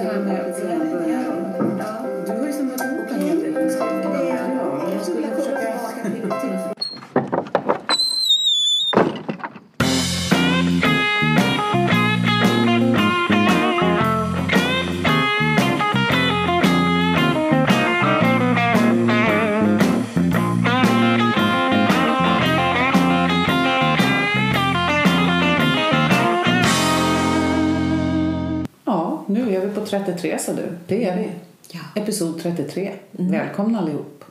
Du har ju samlat ihop en hel del. Jag skulle försöka. Nu är vi på 33, sa du. Det är vi. Ja. Episod 33. Välkomna allihop.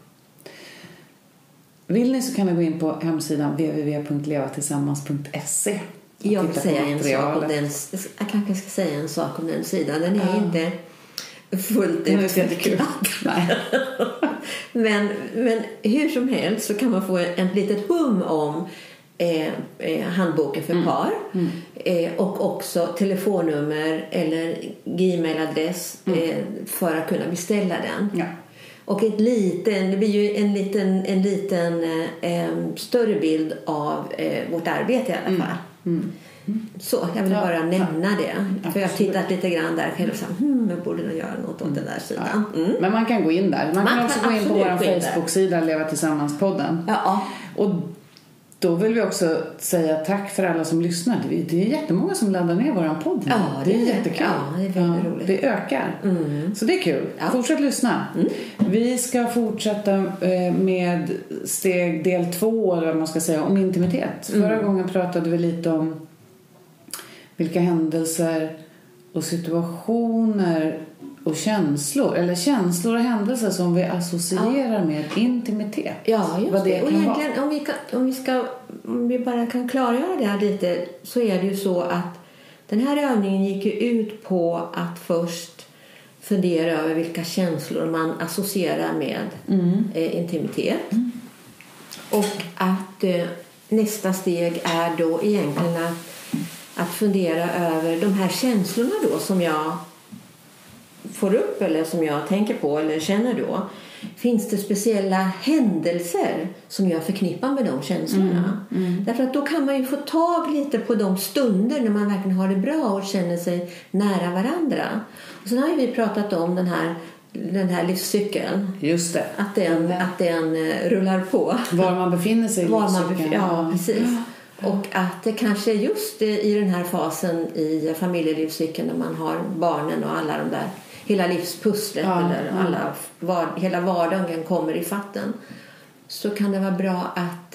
Vill ni så kan ni gå in på hemsidan www.levatillsammans.se. Jag vill säga en sak om den. Jag kanske ska säga en sak om den sidan. Den är inte fullt utvecklad. Nej. men hur som helst så kan man få en litet hum om handboken för par. Och också telefonnummer eller gmail-adress för att kunna beställa den. Ja. Och det blir ju en liten större bild av vårt arbete i alla fall. Så jag vill bara nämna det. För jag har tittat lite grann där själv och sagt, jag borde nog göra något åt den där sidan. Men man kan gå in där. Man kan också gå in på vår Facebook-sida Leva Tillsammans-podden. Ja. Och då vill vi också säga tack för alla som lyssnar. Det är jättemånga som laddar ner våran podd. Ja, det är jättekul. Ja, det är väldigt roligt. Det ökar. Så det är kul. Ja. Fortsätt lyssna. Vi ska fortsätta med steg del 2 eller vad man ska säga om intimitet. Förra gången pratade vi lite om vilka händelser och situationer och känslor och händelser som vi associerar med intimitet. Ja, just vad det. Och egentligen, om vi bara kan klargöra det här lite, så är det ju så att den här övningen gick ju ut på att först fundera över vilka känslor man associerar med intimitet. Och att nästa steg är då egentligen att fundera över de här känslorna då som jag får upp eller som jag tänker på eller känner då. Finns det speciella händelser som jag förknippar med de känslorna? Därför att då kan man ju få tag lite på de stunder när man verkligen har det bra och känner sig nära varandra. Och sen har ju vi pratat om den här livscykeln. Just det. Att den rullar på. Var man befinner sig i livscykeln. Ja, precis. Och att det kanske just i den här fasen i familjelivscykeln när man har barnen och alla de där, hela livspusslet eller hela vardagen kommer i fatten, så kan det vara bra att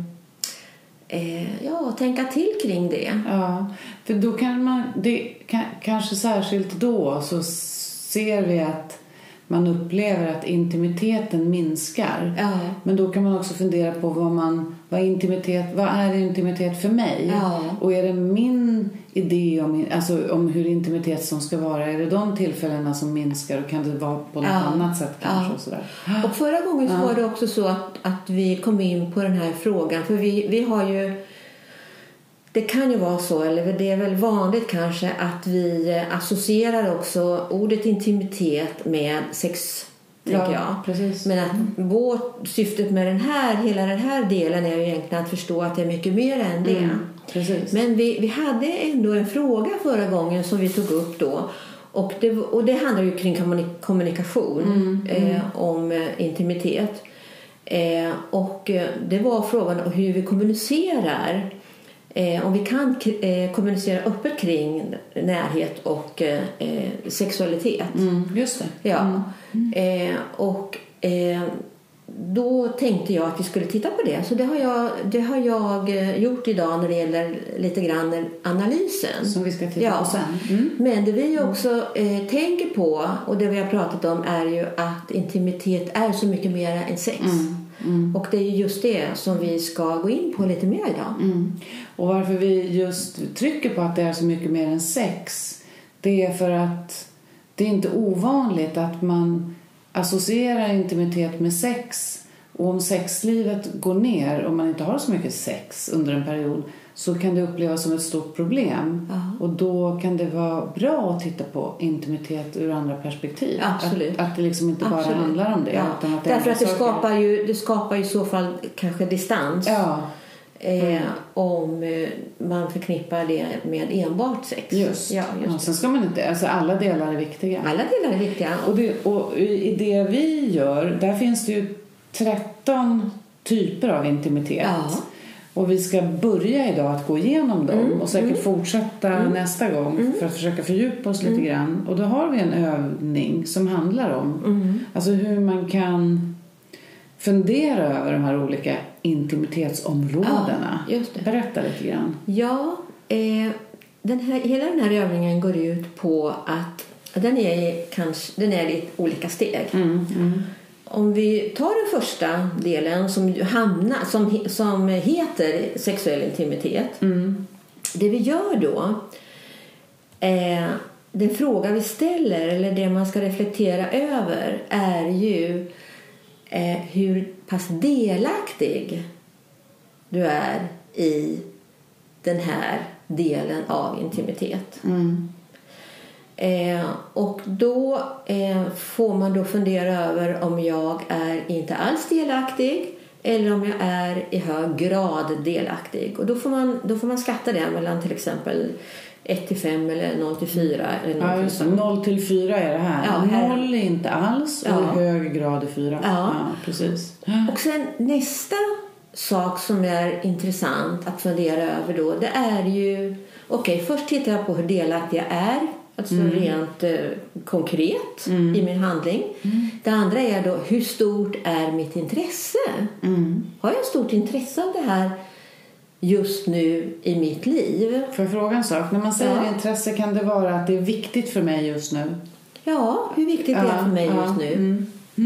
tänka till kring det. Ja, för då kan kanske särskilt då så ser vi att man upplever att intimiteten minskar. Ja. Men då kan man också fundera på vad är intimitet för mig? Ja. Och är det min idé om hur intimitet som ska vara? Är det de tillfällena som minskar och kan det vara på något annat sätt kanske? Och sådär. Och förra gången så var det också så att vi kom in på den här frågan. För vi har ju... Det kan ju vara så, eller det är väl vanligt kanske, att vi associerar också ordet intimitet med sex, tänker jag. Precis. Men att syftet med hela den här delen är ju egentligen att förstå att det är mycket mer än det. Precis. Men vi hade ändå en fråga förra gången som vi tog upp då. Och det handlar ju kring kommunikation, om intimitet. Och det var frågan om hur vi kommunicerar. Om vi kan kommunicera öppet kring närhet och sexualitet. Just det. Ja. Då tänkte jag att vi skulle titta på det. Så det har jag gjort idag när det gäller lite grann analysen. Som vi ska titta på sen. Men det vi också tänker på, och det vi har pratat om, är ju att intimitet är så mycket mer än sex. Och det är just det som vi ska gå in på lite mer idag. Och varför vi just trycker på att det är så mycket mer än sex, det är för att det är inte ovanligt att man associerar intimitet med sex. Och om sexlivet går ner och man inte har så mycket sex under en period, så kan det upplevas som ett stort problem. Och då kan det vara bra att titta på intimitet ur andra perspektiv. Absolut. Att det liksom inte bara handlar om det. Ja. Utan att därför att det skapar ju i så fall kanske distans. Ja. om man förknippar det med enbart sex. Just. Ja, Sen ska man inte, alltså alla delar är viktiga. Alla delar är viktiga. Och i det vi gör, där finns det ju 13 typer av intimitet. Ja. Och vi ska börja idag att gå igenom dem och säkert fortsätta nästa gång för att försöka fördjupa oss lite grann. Och då har vi en övning som handlar om alltså hur man kan fundera över de här olika intimitetsområdena. Ja, just det. Berätta lite grann. Ja, hela den här övningen går ut på att den är i olika steg. Om vi tar den första delen som heter sexuell intimitet. Det vi gör då, den fråga vi ställer eller det man ska reflektera över är ju hur pass delaktig du är i den här delen av intimitet. Och då får man då fundera över om jag är inte alls delaktig eller om jag är i hög grad delaktig. Och då får man skatta det mellan till exempel 1-5 eller 0-4 eller 0-5. Ja, just det. 0-4 är det här. Ja, 0 är inte alls och i hög grad är 4. Ja, precis. Och sen nästa sak som är intressant att fundera över då, det är ju först tittar jag på hur delaktig jag är. Alltså rent konkret i min handling. Det andra är då, hur stort är mitt intresse? Har jag stort intresse av det här just nu i mitt liv? För jag fråga en sak. När man säger intresse, kan det vara att det är viktigt för mig just nu? Ja, hur viktigt det är för mig just nu?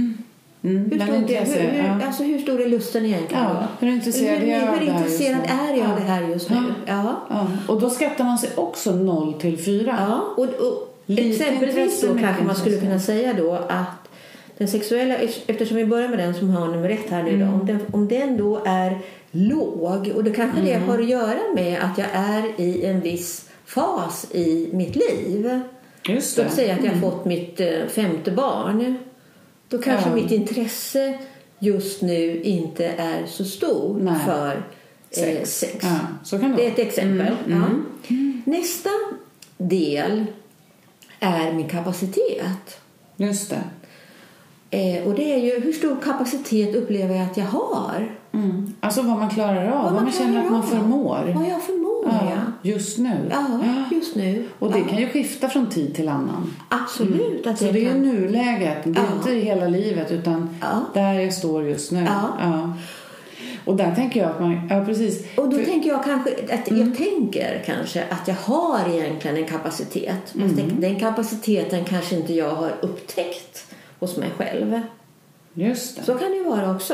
Hur stor är lusten egentligen? Hur intresserad är jag av det här just nu? Och då skattar man sig också 0-4. Ja, och exempelvis då kanske man skulle kunna säga då att den sexuella, eftersom vi börjar med den som har nummer 1 här nu då, om den då är låg, och då kanske det har att göra med att jag är i en viss fas i mitt liv. Just det. Låt säga att jag har fått mitt 5:e barn. Då kanske mitt intresse just nu inte är så stort för sex. Ja, så kan det är ett exempel. Nästa del är min kapacitet. Just det. Och det är ju hur stor kapacitet upplever jag att jag har. Alltså vad man klarar av, vad man känner att man förmår. Vad jag förmår, just nu. Ja, just nu. Och det kan ju skifta från tid till annan. Absolut. Så det är nuläget, det är inte hela livet utan där jag står just nu. Och där tänker jag att man, precis. Och då tänker jag kanske att jag tänker kanske att jag har egentligen en kapacitet. Fast den kapaciteten kanske inte jag har upptäckt hos mig själv. Just det. Så kan det ju vara också.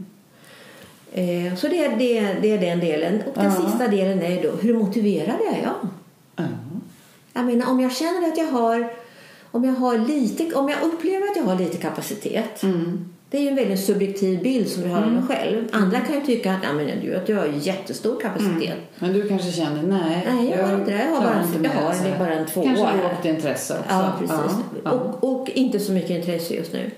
Så det är den delen. Och den sista delen är då, hur motiverad är jag? Jag menar, om jag känner att jag har, om jag upplever att jag har lite kapacitet. Det är ju en väldigt subjektiv bild som jag har av mig själv. Andra kan ju tycka att jag har jättestor kapacitet. Men du kanske känner, nej jag har inte det. Jag har bara en 2 år. Kanske lågt intresse också. Ja, precis. Och inte så mycket intresse just nu.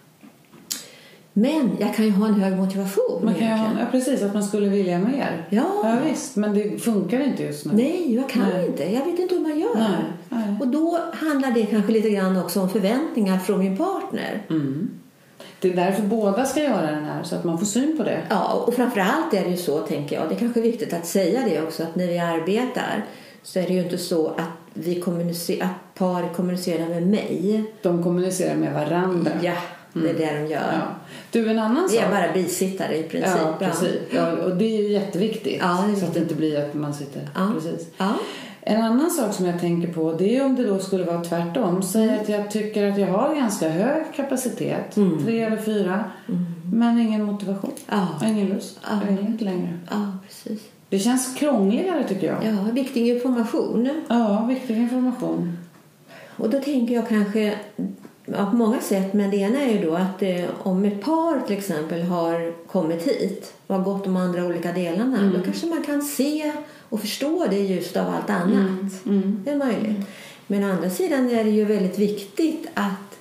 Men jag kan ju ha en hög motivation. Man kan precis, att man skulle vilja mer. Ja, visst. Men det funkar inte just nu. Nej, jag kan inte. Jag vet inte hur man gör. Nej. Och då handlar det kanske lite grann också om förväntningar från min partner. Det är därför båda ska göra den här, så att man får syn på det. Ja, och framförallt är det ju så, tänker jag. Det är kanske viktigt att säga det också, att när vi arbetar så är det ju inte så att att par kommunicerar med mig. De kommunicerar med varandra. Ja, det är det de gör. Ja. Du, en annan sak. Det är bara bisittare i princip. Ja, precis. Ja, och det är ju jätteviktigt. Ja, det är så att det inte blir att man sitter... Ja. Precis. Ja. En annan sak som jag tänker på, det är om det då skulle vara tvärtom. Säg att jag tycker att jag har ganska hög kapacitet. 3 eller 4. Men ingen motivation. Ingen lust. Jag vill inte längre. Ja, precis. Det känns krångligare, tycker jag. Ja, viktig information. Ja, viktig information. Och då tänker jag kanske på många sätt, men det ena är ju då att om ett par till exempel har kommit hit och har gått de andra olika delarna, då kanske man kan se och förstå det just av allt annat. Det är möjligt. Men å andra sidan är det ju väldigt viktigt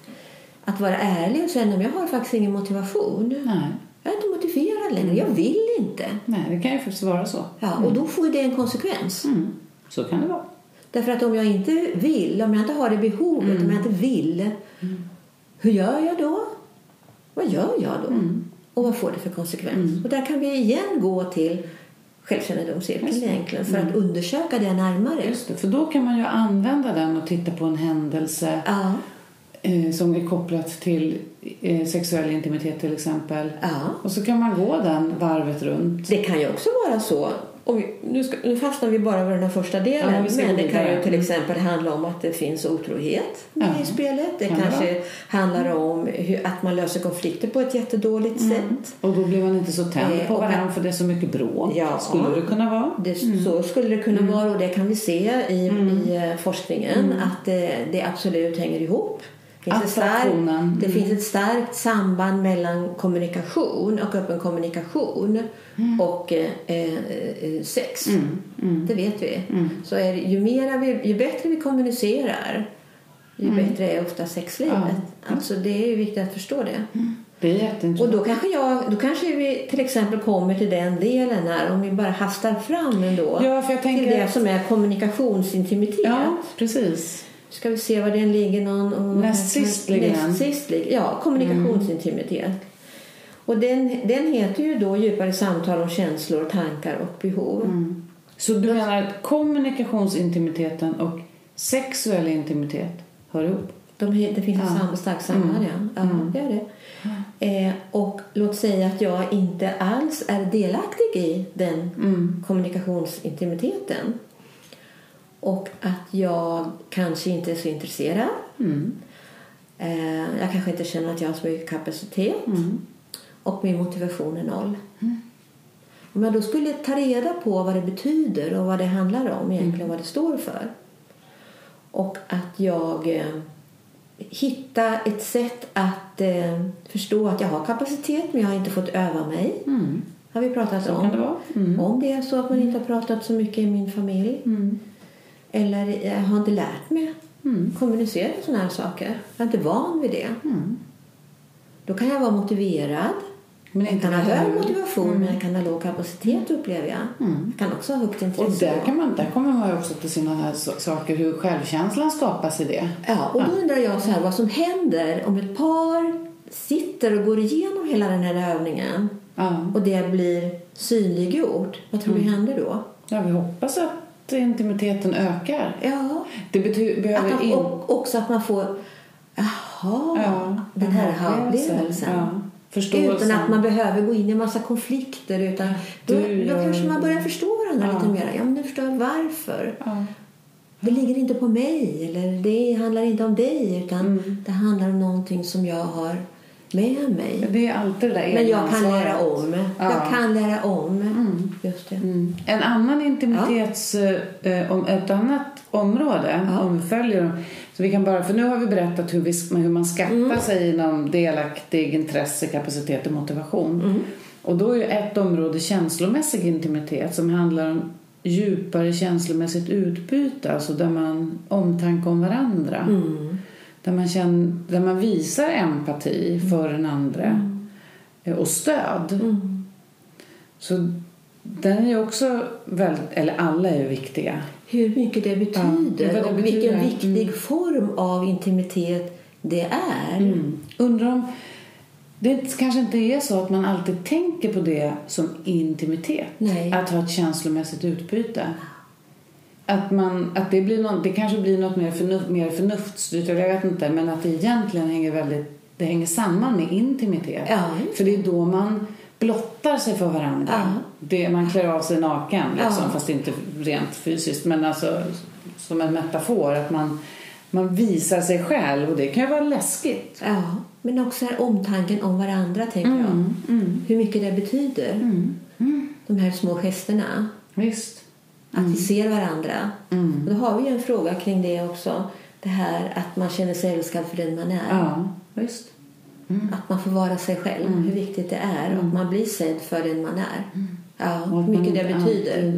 att vara ärlig och säga att jag har faktiskt ingen motivation. Nej. Jag är inte motiverad längre. Jag vill inte. Nej, det kan ju faktiskt vara så. Ja, och då får det en konsekvens. Så kan det vara. Därför att om jag inte vill, om jag inte har det behovet, om jag inte vill, hur gör jag då? Vad gör jag då? Och vad får det för konsekvens? Och där kan vi igen gå till självkännedomscirkeln egentligen för att undersöka det närmare. Just det, för då kan man ju använda den och titta på en händelse som är kopplat till sexuell intimitet till exempel. Och så kan man gå den varvet runt. Det kan ju också vara så. Nu fastnar vi bara vid den här första delen, men det kan ju till exempel handla om att det finns otrohet i spelet. Det kanske handlar om att man löser konflikter på ett jättedåligt sätt. Och då blir man inte så tänd på varandra för det är så mycket bråk. Skulle det kunna vara? Så skulle det kunna vara, och det kan vi se i forskningen att det absolut hänger ihop. Det finns ett starkt samband mellan kommunikation och öppen kommunikation och sex. Det vet vi. Så är det, ju bättre vi kommunicerar, ju bättre är ofta sexlivet. Alltså det är ju viktigt att förstå det. Det är jätteintressant. Och då kanske vi till exempel kommer till den delen här, om vi bara hastar fram ändå. Ja, för jag tänker till det som är kommunikationsintimitet. Ja, precis. Ska vi se var den ligger näst sist. Ja, kommunikationsintimitet. Och den heter ju då djupare samtal om känslor, tankar och behov. Så du menar att kommunikationsintimiteten och sexuell intimitet hör ihop? Det finns ett starkt samband, det är det. Och låt säga att jag inte alls är delaktig i den kommunikationsintimiteten. Och att jag kanske inte är så intresserad. Jag kanske inte känner att jag har så mycket kapacitet. Och min motivation är 0. Om jag då skulle ta reda på vad det betyder och vad det handlar om egentligen, vad det står för. Och att jag hittar ett sätt att förstå att jag har kapacitet men jag har inte fått öva mig. Har vi pratat om. Kan det vara. Om det är så att man inte har pratat så mycket i min familj. Eller jag har inte lärt mig kommunicera sådana här saker. Jag är inte van vid det. Då kan jag vara motiverad. Men jag kan ha hög motivation men jag kan ha låg kapacitet, upplever jag. Jag kan också ha högt intresse. Och där kommer man ju också till sådana här saker, hur självkänslan skapas i det. Ja, och då undrar jag så här, vad som händer om ett par sitter och går igenom hela den här övningen. Och det blir synliggjort. Vad tror du händer då? Ja, vi hoppas att intimiteten ökar. Ja. Det behöver och också att man får den här upplevelsen. Utan att man behöver gå in i en massa konflikter, utan då kanske man börjar förstå varandra lite mer. Ja, men du förstår varför. Det ligger inte på mig, eller det handlar inte om dig, utan det handlar om någonting som jag har med mig. Det är alltid det där. Men jag kan lära om. Jag kan lära om. Just det. En annan intimitets om ett annat område, om vi följer dem. Så vi kan bara, för nu har vi berättat hur man skaffar sig inom delaktig intresse, kapacitet och motivation. Och då är ju ett område känslomässig intimitet som handlar om djupare känslomässigt utbyte, alltså där man omtanke om varandra. Där man visar empati för den andra och stöd. Så den är ju också väldigt, eller alla är ju viktiga. Hur mycket det betyder och vilken viktig form av intimitet det är. Undrar om det kanske inte är så att man alltid tänker på det som intimitet. Nej. Att ha ett känslomässigt utbyte. Att det kanske blir något mer förnuftsstyrt, jag vet inte, men att det egentligen hänger samman med intimitet. För det är då man blottar sig för varandra. Man klär av sig naken liksom, fast inte rent fysiskt, men alltså som en metafor, att man visar sig själv, och det kan ju vara läskigt. Men också här omtanken om varandra, tänker jag. Hur mycket det betyder. De här små gesterna. Visst. Att vi ser varandra. Och då har vi ju en fråga kring det också. Det här att man känner sig älskad för den man är. Ja, visst. Att man får vara sig själv. Hur viktigt det är. Och att man blir sedd för den man är. Hur mycket det betyder.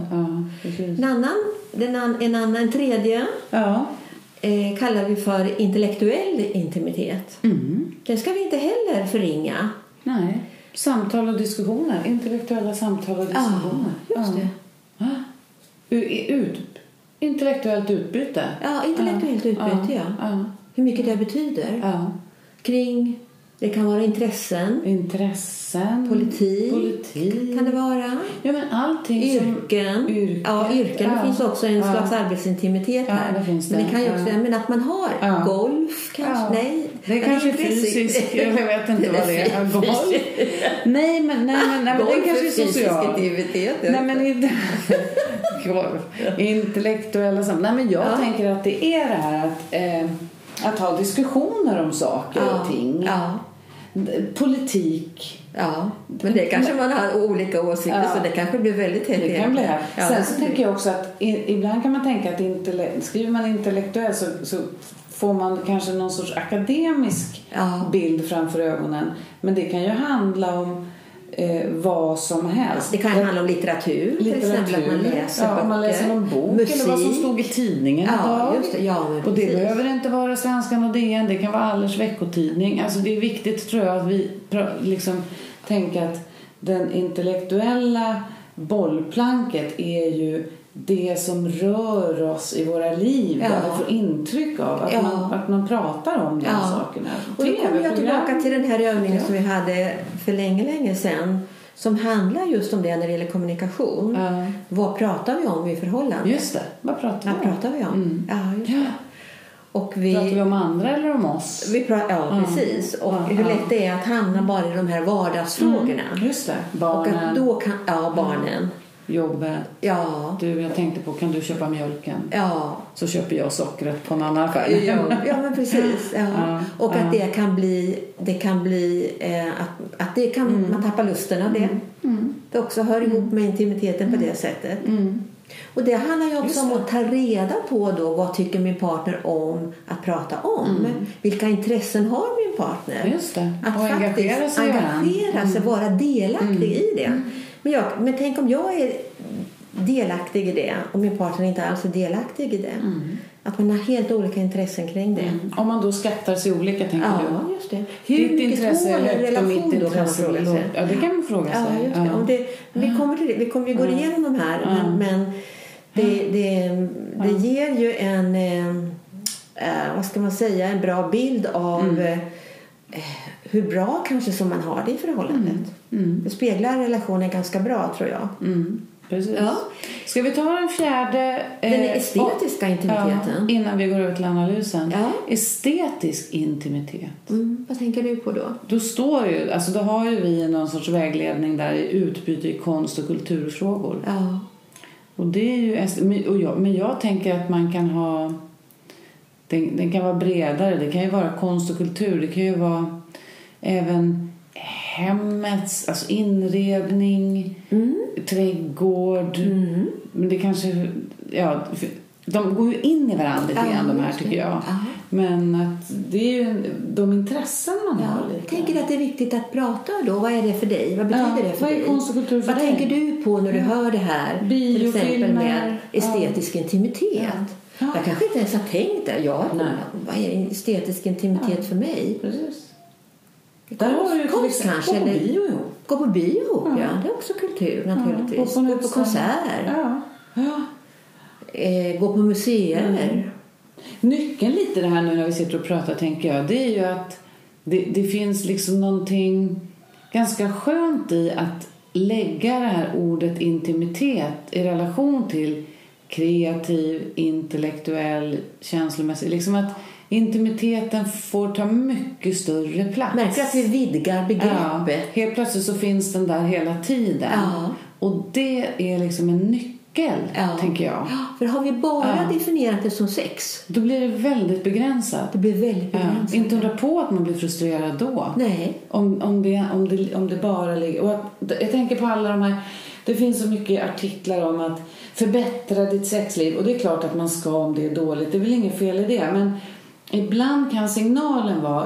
En tredje kallar vi för intellektuell intimitet. Det ska vi inte heller förringa. Nej. Samtal och diskussioner. Intellektuella samtal och diskussioner. Just det. Intellektuellt utbyte. Ja, intellektuellt utbyte, ja. Hur mycket det betyder. Ja. Kring, det kan vara intressen. Politik. Kan det vara. Ja, men allting yrken. Ja, yrken. Det finns också en slags arbetsintimitet här. Det finns det. Men det kan ju också, men att man har golf kanske. Nej. Det är kanske fysiskt. Jag vet inte vad det är. Golf. Nej, men det kanske är social. Aktivitet. Nej, men inte intellektuella samtal. Nej, men jag tänker att det är det här att ha diskussioner om saker och ting. Ja. Politik. Ja, men det kanske man har olika åsikter så det kanske blir väldigt helt. Det kan bli här. Sen så tänker jag också att ibland kan man tänka att skriver man intellektuell så får man kanske någon sorts akademisk bild framför ögonen. Men det kan ju handla om vad som helst. Det kan ju handla om litteratur. Till exempel att man läser böcker. Om man läser någon bok musik. Eller vad som stod i tidningen idag. Just det. Ja, men och det behöver inte vara Svenskan och DN. Det kan vara Allers veckotidning. Alltså det är viktigt, tror jag, att vi liksom tänker att den intellektuella bollplanket är ju det som rör oss i våra liv. Där vi får intryck av att man pratar om de sakerna. Och då kommer jag tillbaka till den här övningen som vi hade för länge sedan. Som handlar just om det när det gäller kommunikation. Vad pratar vi om i förhållande? Just det. Vad pratar vi om? Mm. Ja, just det. Och pratar vi om andra eller om oss? Precis. Och hur lätt det är att hamna bara i de här vardagsfrågorna. Just det. Barnen. Och att då kan, barnen. Jobbet. Ja. Jag tänkte på, kan du köpa mjölken? Ja. Så köper jag sockret på en annan affär. Ja, men precis. Ja. Och att det kan bli att det kan man tappar lusten av det. Det också hör ihop med intimiteten på det sättet. Och det handlar ju också om att ta reda på då, vad tycker min partner om att prata om. Vilka intressen har min partner? Just det. Att och faktiskt engagera sig, vara delaktig i det. Men tänk om jag är delaktig i det och min partner inte alls är delaktig i det. Att man har helt olika intressen kring det. Om man då skattar sig olika, tänker du? Ja, just det. Ditt intresse är högt och mitt intresse är lågt. Ja, det kan man fråga sig. Ja, just det. Om det vi kommer till det. Vi kommer ju gå igenom de här. Men det ger ju en vad ska man säga, en bra bild av hur bra kanske som man har det i förhållandet. Det speglar relationen ganska bra, tror jag. Precis. Ja. Ska vi ta den fjärde? Den estetiska intimiteten. Innan vi går över till analysen. Estetisk intimitet. Vad tänker du på då? Då har ju vi någon sorts vägledning där i utbyte i konst- och kulturfrågor. Ja. Och det är ju men jag tänker att man kan ha den kan vara bredare. Det kan ju vara konst och kultur. Det kan ju vara även hemmets, alltså inredning, trädgård. Men det kanske, de går ju in i varandra lite grann, de här, tycker jag. Men att det är ju de intressen man har lite. Jag tänker att det är viktigt att prata då. Vad är det för dig? Vad betyder det för dig? Vad är konst och kultur för dig? Vad tänker du på när du hör det här? Biofilmer. Till exempel med estetisk intimitet. Jag kanske inte ens har tänkt det. Vad är estetisk intimitet för mig? Precis. Där har du konst kanske. Gå på bio ihop. Gå på bio ihop, det är också kultur naturligtvis. Gå på konsert. Gå på museer. Nyckeln lite det här nu när vi sitter och pratar, tänker jag, det är ju att det finns liksom någonting ganska skönt i att lägga det här ordet intimitet i relation till kreativ, intellektuell, känslomässig. Liksom att intimiteten får ta mycket större plats. Märker att vi vidgar begreppet. Helt plötsligt så finns den där hela tiden. Och det är liksom en nyckel, tänker jag. För har vi bara definierat det som sex, då blir det väldigt begränsat. Det blir väldigt begränsat. Inte undra på att man blir frustrerad då. Nej. Om det bara ligger. Och jag tänker på alla de här. Det finns så mycket artiklar om att förbättra ditt sexliv. Och det är klart att man ska, om det är dåligt. Det är väl inget fel i det. Men ibland kan signalen vara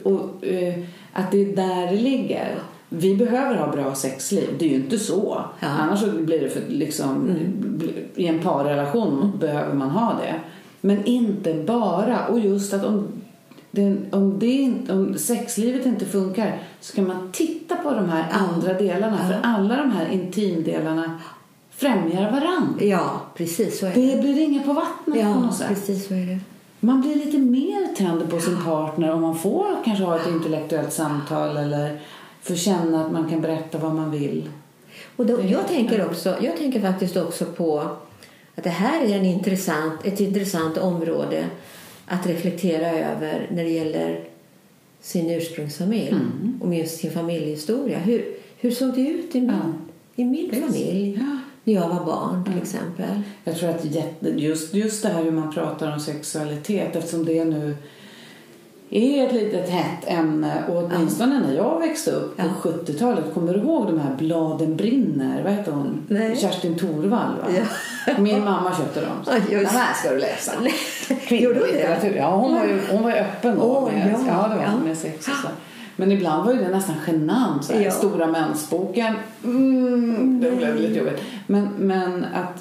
att det är där det ligger. Vi behöver ha bra sexliv. Det är ju inte så. Annars så blir det för, liksom, i en parrelation behöver man ha det. Men inte bara. Och just att om sexlivet inte funkar så kan man titta på de här andra delarna. För alla de här intimdelarna främjar varandra. Ja, precis så är det blir ringa på vattnet på något sätt. Precis så är det. Man blir lite mer tänd på sin partner om man får kanske ha ett intellektuellt samtal eller får känna att man kan berätta vad man vill. Och då, jag tänker faktiskt också på att det här är ett intressant område att reflektera över när det gäller sin ursprungsfamilj och med sin familjehistoria. Hur såg det ut i min familj när jag var barn till exempel? Jag tror att just det här hur man pratar om sexualitet, eftersom det nu är ett litet hett ämne, och åtminstone när jag växte upp på 70-talet, kommer du ihåg de här Bladen brinner? Vad heter hon? Nej. Kerstin Thorvall, va? Ja. Min mamma köpte dem. Den här ska du läsa. Kvinnolitteratur. Ja, hon var ju öppen då med sex och så. Men ibland var ju det nästan genant så här, stora mensboken. Det blev lite jobbigt. Men att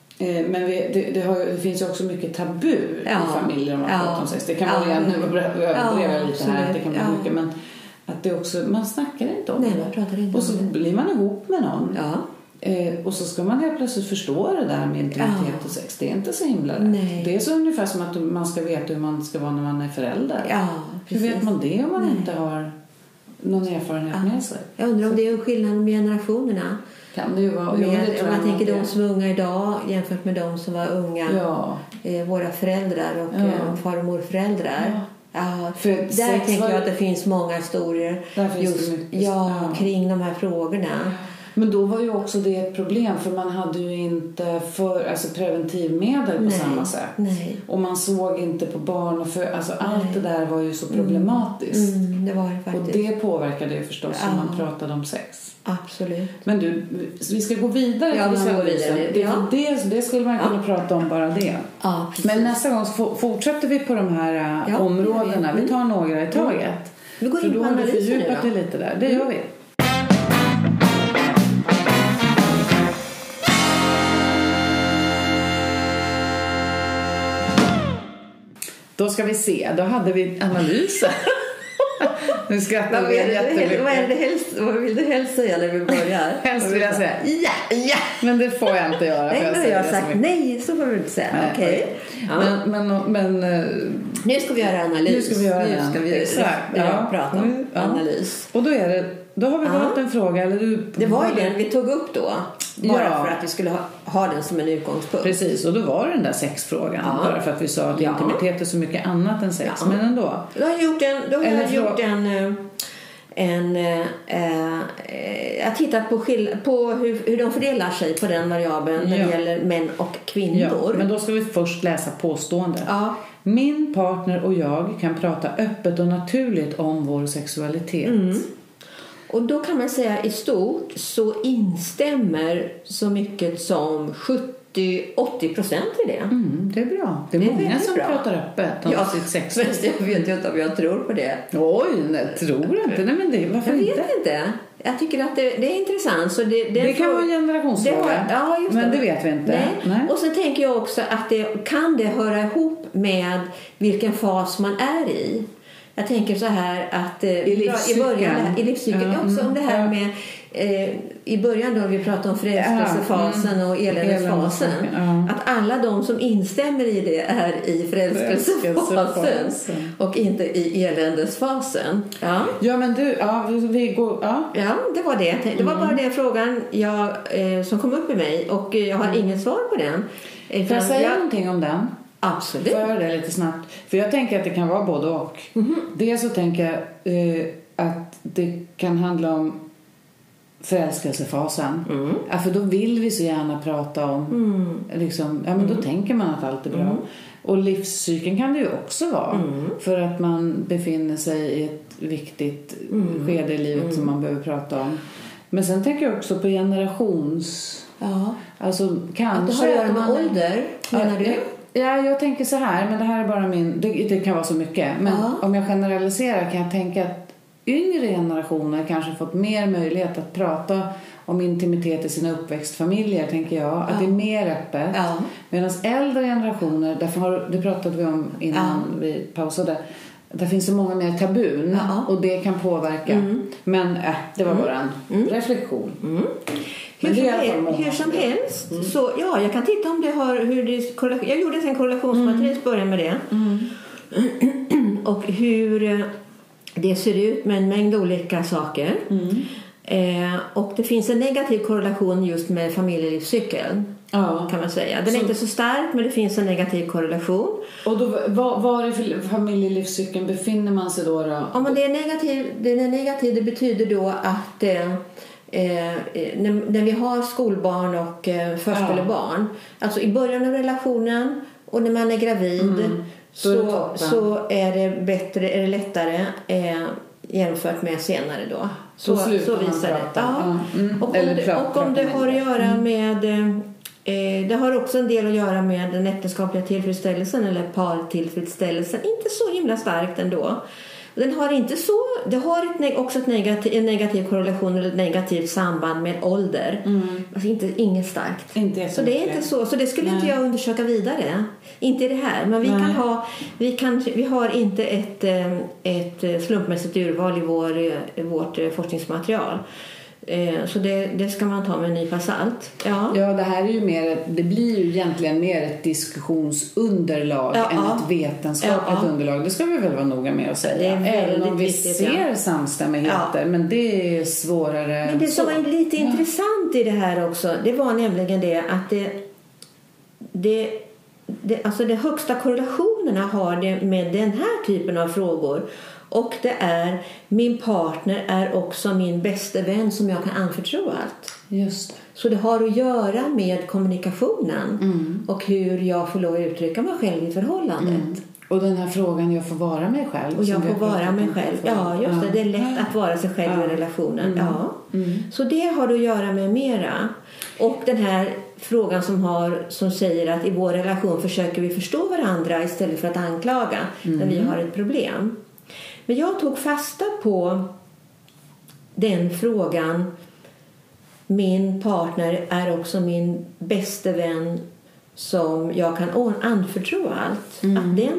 det finns ju också mycket tabu i familjer om man pratar om sex. Det kan vara nu överdriva lite här, det kan vara mycket, men att det också, man snackar inte om det. Och så blir man ihop med någon. Ja. Och så ska man helt plötsligt förstå det där med intimitet och sex. Det är inte så himla rätt. Det är så ungefär som att man ska veta hur man ska vara när man är förälder. Ja, hur vet man det om man inte har någon erfarenhet med sig? Jag undrar om det är en skillnad med generationerna. Kan det ju vara. Om man tänker de som är unga idag jämfört med de som var unga. Våra föräldrar och far- och morföräldrar. Ja, för där tänker jag att det finns många historier kring de här frågorna. Men då var ju också det ett problem, för man hade ju inte preventivmedel på samma sätt. Nej. Och man såg inte på barn och allt det där var ju så problematiskt. Det var det faktiskt. Och det påverkade ju förstås när man pratade om sex. Absolut. Men du, vi ska gå vidare. Ja, vi ska gå vidare. Det skulle man kunna prata om bara det. Ja, men nästa gång fortsätter vi på de här områdena. Vi tar några i taget. Vi går in på analysen nu då. För då har du fördjupat det lite där. Det gör vi. Då ska vi se. Då hade vi analysen. Nu skrattar vi jättemycket. Vad vill du helst säga när vi börjar? Helst vill jag säga ja. Men det får jag inte göra. Nej, jag har sagt nej, så får du inte säga. Okej. Men nu ska vi göra analys. Nu ska vi prata om analys. Och då har vi valt en fråga. Det var ju den vi tog upp då. Bara för att vi skulle ha den som en utgångspunkt. Precis, och då var det den där sexfrågan. Bara för att vi sa att intimitet är så mycket annat än sex. Men ändå. Jag har tittat på hur de fördelar sig på den variabeln när det gäller män och kvinnor. Ja, men då ska vi först läsa påståendet. Min partner och jag kan prata öppet och naturligt om vår sexualitet. Och då kan man säga i stort så instämmer så mycket som 70-80% i det. Det är bra. Det är många som pratar öppet om sitt sex. Jag vet inte om jag tror på det. Oj, jag tror inte. Nej, men varför jag vet inte. Jag tycker att det är intressant. Så det kan vara en generationsfråga. Men det vet vi inte. Nej. Och sen tänker jag också att det höra ihop med vilken fas man är i. Jag tänker så här att i livscykeln också om det här med i början då vi pratade om förälskelsefasen och eländesfasen, att alla de som instämmer i det är i förälskelsefasen och inte i eländesfasen. Ja, men vi går det var det. Det var bara den frågan som kom upp i mig, och jag har inget svar på den. Får jag säga någonting om den? Absolut. Får jag det lite snabbt? För jag tänker att det kan vara både och. Dels så tänker jag att det kan handla om förälskelsefasen. För då vill vi så gärna prata om men då tänker man att allt är bra. Och livscykeln kan det ju också vara. För att man befinner sig i ett viktigt skede i livet som man behöver prata om. Men sen tänker jag också på generations... Alltså kanske... Att det har att göra med ålder, menar du? Ja, jag tänker så här, men det här är bara det kan vara så mycket. Men om jag generaliserar kan jag tänka att yngre generationer kanske fått mer möjlighet att prata om intimitet i sina uppväxtfamiljer, tänker jag. Att det är mer öppet. Medan äldre generationer, det pratade vi om innan vi pausade, det finns så många mer tabun och det kan påverka. Men det var bara en reflektion. Hur som helst så jag kan titta om det har jag gjorde en korrelationsmatrice, börja med det. Och hur det ser ut med en mängd olika saker. Och det finns en negativ korrelation just med familjelivscykeln, kan man säga. Den är inte så stark, men det finns en negativ korrelation. Och då, var i familjelivscykeln befinner man sig då? Om det är negativ, det betyder då att när vi har skolbarn och förskolebarn, alltså i början av relationen och när man är gravid, så är det bättre, är det lättare jämfört med senare då. Så visar det. Och om det har att göra med det har också en del att göra med den äktenskapliga tillfredsställelsen eller partillfredsställelsen. Inte så himla starkt ändå. Den har inte så, det har också en negativ korrelation eller ett negativt samband med ålder. Alltså inget starkt. Så det är inte så det skulle inte jag undersöka vidare. Inte i det här, men vi har inte ett slumpmässigt urval i vårt forskningsmaterial. Så det ska man ta med en nypa salt. Ja, det här är ju det blir ju egentligen mer ett diskussionsunderlag än ett vetenskapligt underlag. Det ska vi väl vara noga med att säga. Även om vi ser samstämmigheter, men det är svårare. Men det som var lite intressant i det här också, det var nämligen det att alltså de högsta korrelationerna har det med den här typen av frågor. Och det är min partner är också min bästa vän som jag kan anförtro allt. Just. Så det har att göra med kommunikationen och hur jag får lov att uttrycka mig själv i förhållandet. Och den här frågan, jag får vara mig själv. Och jag får vara mig själv. Ja, just det. Det är lätt att vara sig själv i relationen. Så det har att göra med mera. Och den här frågan som säger att i vår relation försöker vi förstå varandra istället för att anklaga när vi har ett problem. Men jag tog fasta på den frågan. Min partner är också min bästa vän som jag kan anförtro allt. Att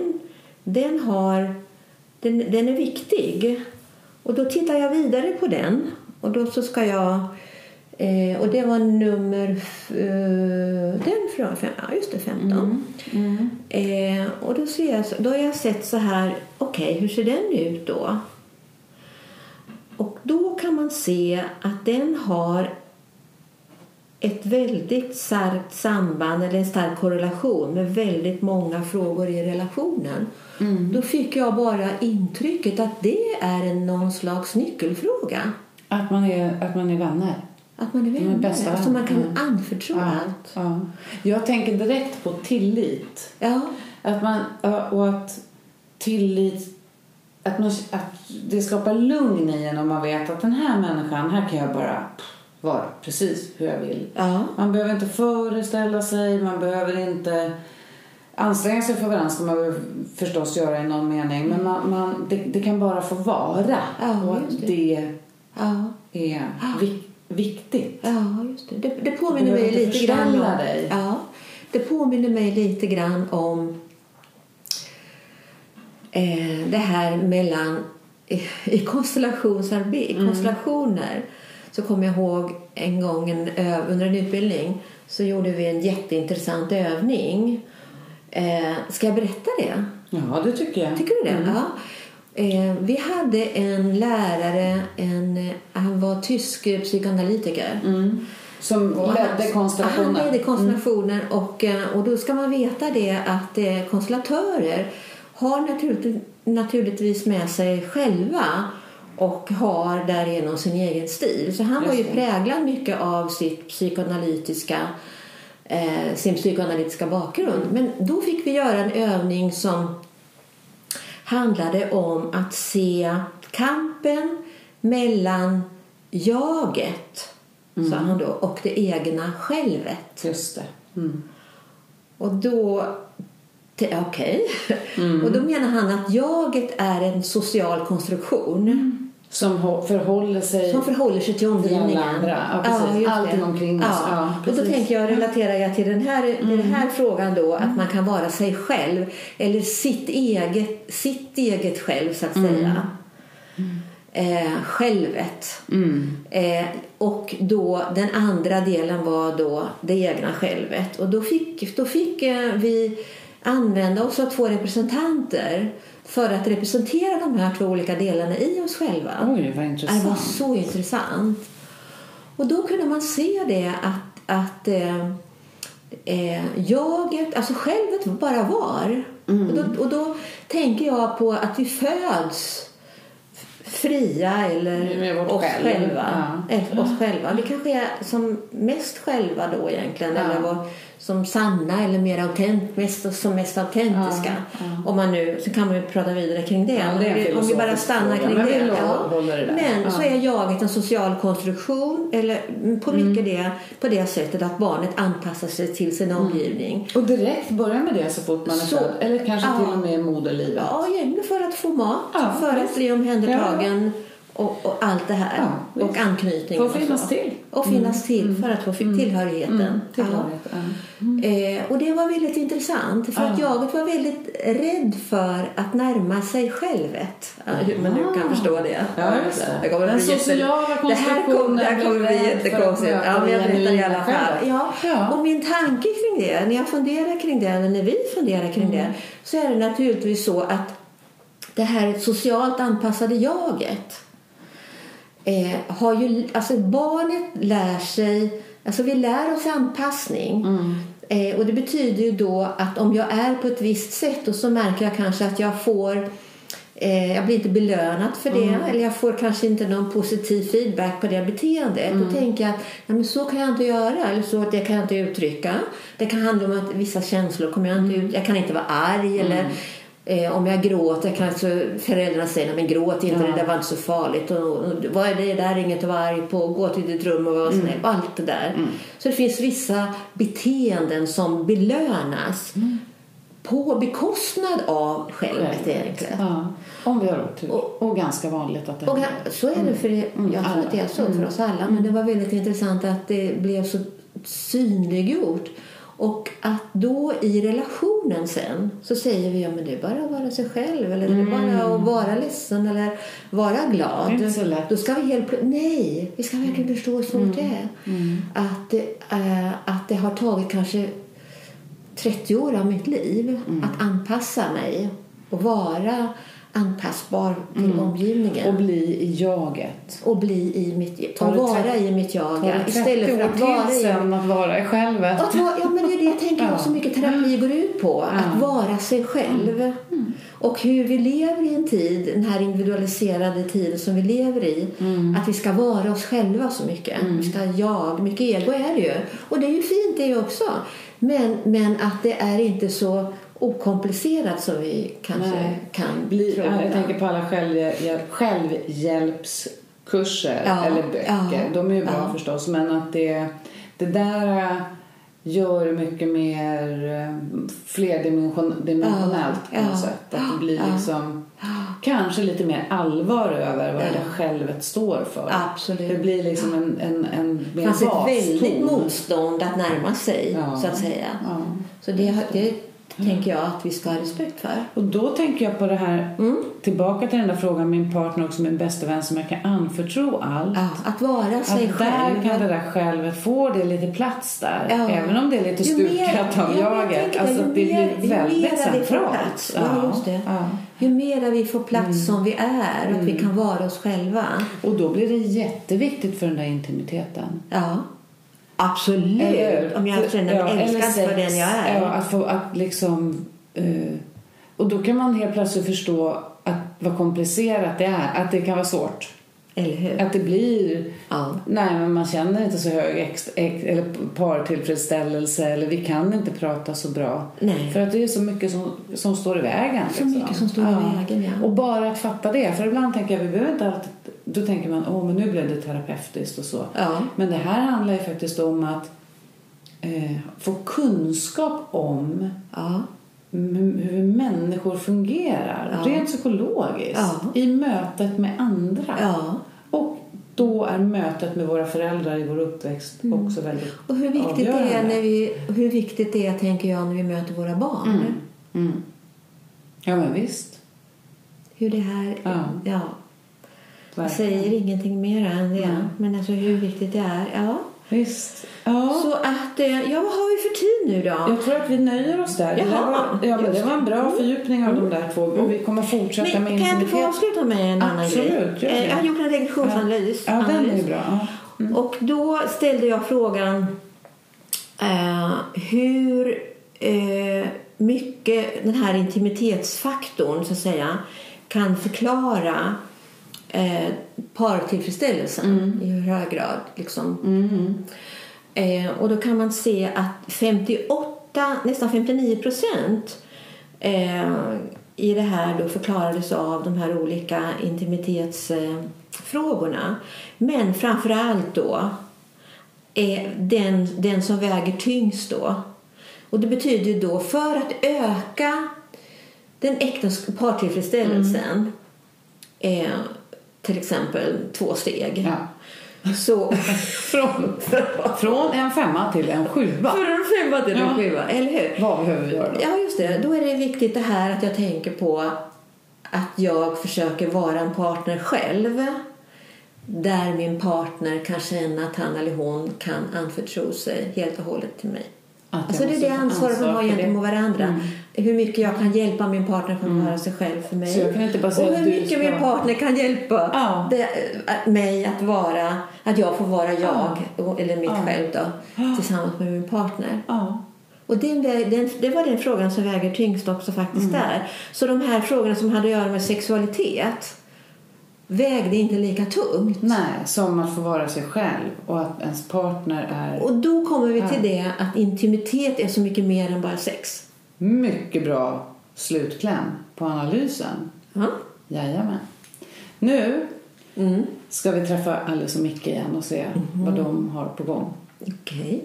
den är viktig. Och då tittar jag vidare på den. Och då så ska jag... och det var nummer... den från... just det, 15. Och då har jag sett så här... Okej, hur ser den ut då? Och då kan man se att den har ett väldigt starkt samband eller en stark korrelation med väldigt många frågor i relationen. Då fick jag bara intrycket att det är någon slags nyckelfråga. Att man är vänner. Att man är vänner. Alltså man kan anförtro allt. Ja. Jag tänker direkt på tillit. Ja. Att tillit... Att det skapar lugn i en om man vet att den här människan, här kan jag bara vara precis hur jag vill. Ja. Man behöver inte föreställa sig, man behöver inte anstränga sig för varandra, ska man förstås göra i någon mening. Men det kan bara få vara. Och att det är viktigt. Ja, just det. Det påminner mig lite grann om dig. Ja, det påminner mig lite grann om det här mellan i konstellationer. Så kommer jag ihåg en gång under en utbildning så gjorde vi en jätteintressant övning. Ska jag berätta det? Ja, det tycker jag. Tycker du det? Ja. Vi hade en lärare, han var tysk psykoanalytiker. Som ledde konstellationen. Han ledde konstellationen och då ska man veta det att konstellatörer har naturligtvis med sig själva och har därigenom sin egen stil. Så han var ju präglad mycket av sin psykoanalytiska bakgrund. Men då fick vi göra en övning som handlade om att se kampen mellan jaget, sa han då, och det egna självet. Just det. Och då... Och då menar han att jaget är en social konstruktion. Som förhåller sig till omgivningen. Ja, precis. Allting omkring oss. Ja, och då tänker jag, relaterar jag till den här frågan då, att man kan vara sig själv. Eller sitt eget själv, så att säga. Självet. Och då den andra delen var då det egna självet. Och då fick vi använda oss av 2 representanter för att representera de här 2 olika delarna i oss själva. Oj, vad intressant. Det var så intressant. Och då kunde man se det att jaget, alltså självet bara var. Och då tänker jag på att vi föds fria eller oss själva. Oss själva. Vi kanske är som mest själva då egentligen. Eller som sanna eller mer mest autentiska. Om man nu, så kan man ju prata vidare kring det. Om vi bara stannar kring det. Men så är jaget en social konstruktion. Eller på mycket på det sättet att barnet anpassar sig till sin omgivning. Och direkt börja med det så fort man är född. Eller kanske till och med i moderlivet. Ja, egentligen för att få mat. För att bli omhändertagen. Och allt det här. Och anknytning. För att finnas till. Och finnas till för att få tillhörigheten. Och det var väldigt intressant. För att jaget var väldigt rädd för att närma sig självet. Hur man nu kan förstå det. Den sociala konstruktionen. Det här kommer bli jättekonstigt. Ja, men jag berättar i alla fall. Och min tanke kring det, när jag funderar kring det, eller när vi funderar kring det, så är det naturligtvis så att det här socialt anpassade jaget har ju, alltså barnet lär sig, alltså vi lär oss anpassning. Och det betyder ju då att om jag är på ett visst sätt och så märker jag kanske att jag blir inte belönat för det, eller jag får kanske inte någon positiv feedback på det beteendet. Då tänker jag att men så kan jag inte göra, eller så det kan jag inte uttrycka. Det kan handla om att vissa känslor kommer jag inte ut. Jag kan inte vara arg eller om jag gråter kanske föräldrarna säger men gråt inte, det där var inte så farligt, och vad är det där, inget att vara arg på, gå till ditt rum och vara snäll, allt det där. Så det finns vissa beteenden som belönas på bekostnad av självet egentligen. Om vi har otur. Och ganska vanligt att det så är det för jag tror att det är så för oss alla, men det var väldigt intressant att det blev så synliggjort. Och att då i relationen sen så säger vi men det är bara att vara sig själv, eller det är bara att vara ledsen eller vara glad. Det är så lätt. Då ska vi vi ska verkligen förstå hur svårt det är. Att det har tagit kanske 30 år av mitt liv att anpassa mig och vara anpassbar till omgivningen. Och bli i jaget. Och bli i mitt vara i mitt jag. Istället för att vara i självet. Ja, men det är det jag tänker så mycket terapi går ut på. Att vara sig själv. Och hur vi lever i en tid, den här individualiserade tiden som vi lever i. Att vi ska vara oss själva så mycket. Vi ska mycket ego är det ju. Och det är ju fint det också. Men att det är inte så okomplicerat som vi kanske kan bli. Jag tänker på alla självhjälpskurser eller böcker. De är ju bra förstås, men att det där gör mycket mer flerdimensionellt på något sätt. Att det blir liksom kanske lite mer allvar över vad det självet står för. Absolut. Det blir liksom en mer fast ett väldigt motstånd att närma sig, så att säga. Så det tänker jag att vi ska ha respekt för. Och då tänker jag på det här, tillbaka till den där frågan, min partner också, min bästa vän som jag kan anförtro allt. Att vara sig själv. Där kan det där självet få det lite plats där. Även om det är lite stukat av jaget. Alltså det blir väldigt centralt. Just det. Ju mer vi får plats som vi är, att vi kan vara oss själva. Och då blir det jätteviktigt för den där intimiteten. Absolut. Om jag känner mig älskad för den jag är. Att liksom, och då kan man helt plötsligt förstå vad komplicerat det är. Att det kan vara svårt. Eller hur? Att det blir nej, men man känner inte så hög eller partillfredsställelse, eller vi kan inte prata så bra. Nej. För att det är så mycket som står i vägen. Så mycket som står i vägen, Och bara att fatta det. För ibland tänker jag, vi behöver inte alltid, då tänker man, men nu blev det terapeutiskt och så. Men det här handlar ju faktiskt om att få kunskap om hur människor fungerar. Rent psykologiskt. I mötet med andra. Och då är mötet med våra föräldrar i vår uppväxt också väldigt och hur viktigt avgörande. Hur viktigt det är, tänker jag, när vi möter våra barn. Ja, men visst. Hur det här... Jag säger ingenting mer än det. Men alltså hur viktigt det är. Ja. Visst. Ja. Så att, vad har vi för tid nu då? Jag tror att vi nöjer oss där. Det var en bra fördjupning av de där två. Och vi kommer fortsätta med intimitet. Kan jag inte få avsluta med en annan grej? Absolut. Jag har gjort en regressionsanalys. Ja, den är bra. Och då ställde jag frågan hur mycket den här intimitetsfaktorn, så att säga, kan förklara partillfredsställelsen i hur hög grad liksom. Och då kan man se att 58, nästan 59% i det här då förklarades av de här olika intimitetsfrågorna. Men framförallt då är den som väger tyngst då. Och det betyder då, för att öka den äkta partillfredsställelsen till exempel 2 steg. Så från en 5 till en 7. Från en 5 till en 7, eller hur? Vad behöver vi göra då? Ja, just det. Då är det viktigt det här att jag tänker på att jag försöker vara en partner själv. Där min partner kan känna att han eller hon kan anförtro sig helt och hållet till mig. Alltså det är det ansvaret man har gentemot varandra. Hur mycket jag kan hjälpa min partner för att vara sig själv för mig. Så jag kan inte bara säga och hur mycket min partner kan hjälpa mig att vara, att jag får vara jag eller mitt själv då, tillsammans med min partner. Och det var den frågan som väger tyngst också faktiskt där. Så de här frågorna som hade att göra med sexualitet vägde inte lika tungt. Nej, som att få vara sig själv och att ens partner är... Och då kommer vi till det att intimitet är så mycket mer än bara sex. Mycket bra slutkläm på analysen. Jajamän. Nu ska vi träffa Alice och Micke igen och se vad de har på gång. Okej.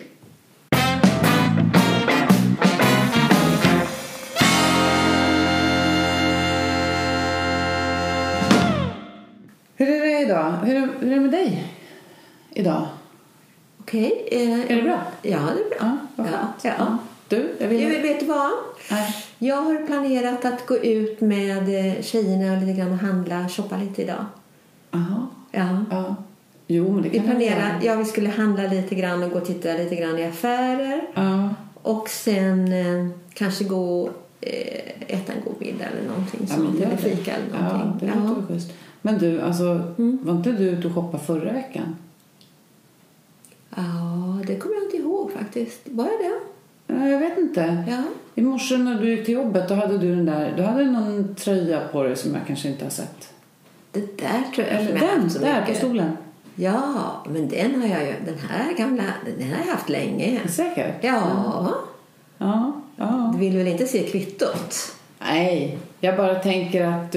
Hur är det idag? Hur är det med dig idag? Okej. Är det bra? Ja, det är bra. Ja. Du, vet du vad? Nej. Jag har planerat att gå ut med tjejerna lite grann och shoppa lite idag. Aha. Ja. Jo, men det kan vi planerar. Vi skulle handla lite grann och gå och titta lite grann i affärer. Och sen kanske gå äta en god middag eller någonting sånt, eller fika eller någonting. Ja, det låter schysst. Men du, alltså, var inte du ute och shoppa förra veckan? Ja, det kommer jag inte ihåg faktiskt. Var det? Jag vet inte. Ja. I morse när du gick till jobbet, då hade du du hade någon tröja på dig som jag kanske inte har sett. Det där tror jag. Eller den där på stolen. Ja, men den har jag ju, den här gamla, den har jag haft länge. Säkert? Ja. Du vill väl inte se kvittot? Nej, jag bara tänker att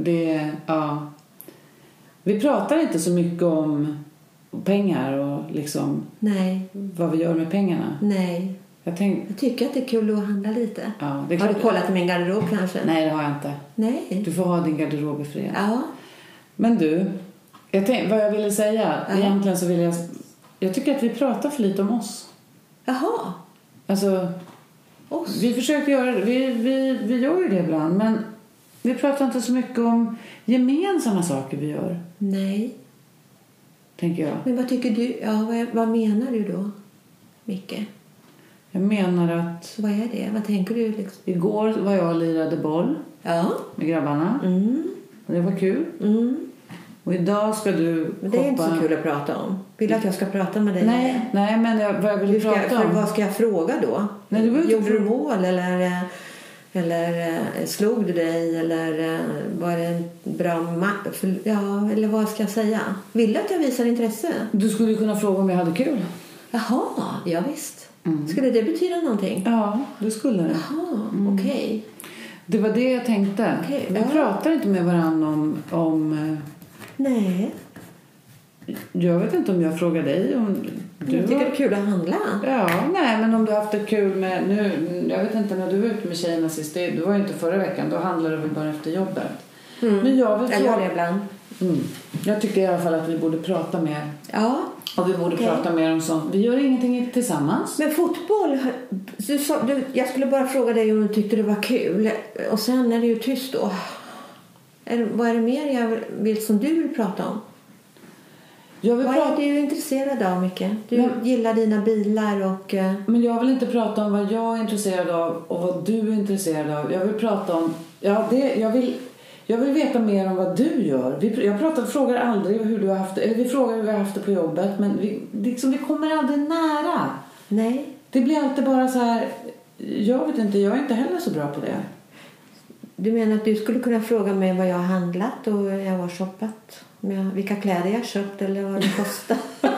vi pratar inte så mycket om pengar och liksom vad vi gör med pengarna. Nej. Jag tycker att det är kul att handla lite. Ja, har du kollat i min garderob kanske? Nej, det har jag inte. Nej. Du får ha din garderob i fred. Ja. Men du, vad jag ville säga, egentligen så jag tycker att vi pratar för lite om oss. Jaha. Alltså, oss. Vi försöker göra det, vi gör ju det ibland, men vi pratar inte så mycket om gemensamma saker vi gör. Nej. Tänker jag. Men vad tycker du, vad menar du då, Micke? Jag menar att... Vad är det? Vad tänker du liksom? Igår var jag och lirade boll med grabbarna. Och det var kul. Och idag ska du... Men det är inte så kul att prata om. Vill du att jag ska prata med dig? Nej, men vad jag vill prata om... Vad ska jag fråga då? Gjorde du mål eller slog du dig? Eller var det en bra match? Ja, eller vad ska jag säga? Vill du att jag visar intresse? Du skulle kunna fråga om jag hade kul. Jaha, ja visst. Skulle det betyda någonting? Ja, det skulle det. Jaha, okej. Det var det jag tänkte. Vi pratar inte med varandra om... Nej. jag vet inte om jag frågar dig om du jag tycker det är kul att handla. Ja, nej, men om du har haft det kul med nu, jag vet inte när du var ute med tjejerna sist, du var ju inte förra veckan, då handlade vi bara efter jobbet. Men jag gör det ibland. Jag tycker i alla fall att vi borde prata mer. Ja. Och vi borde prata mer om sånt. Vi gör ingenting tillsammans. Men fotboll, jag skulle bara fråga dig om du tyckte det var kul. Och sen är det ju tyst då. Vad är det mer jag vill som du vill prata om? Vad är du intresserad av mycket? Du gillar dina bilar och... Men jag vill inte prata om vad jag är intresserad av och vad du är intresserad av. Jag vill prata om... Jag vill veta mer om vad du gör. Jag frågar aldrig hur du har haft det. Eller vi frågar hur vi har haft det på jobbet. Men vi kommer aldrig nära. Nej. Det blir alltid bara så här... Jag vet inte, jag är inte heller så bra på det. Du menar att du skulle kunna fråga mig vad jag har handlat och jag har shoppat? Vilka kläder jag har köpt eller vad det kostar?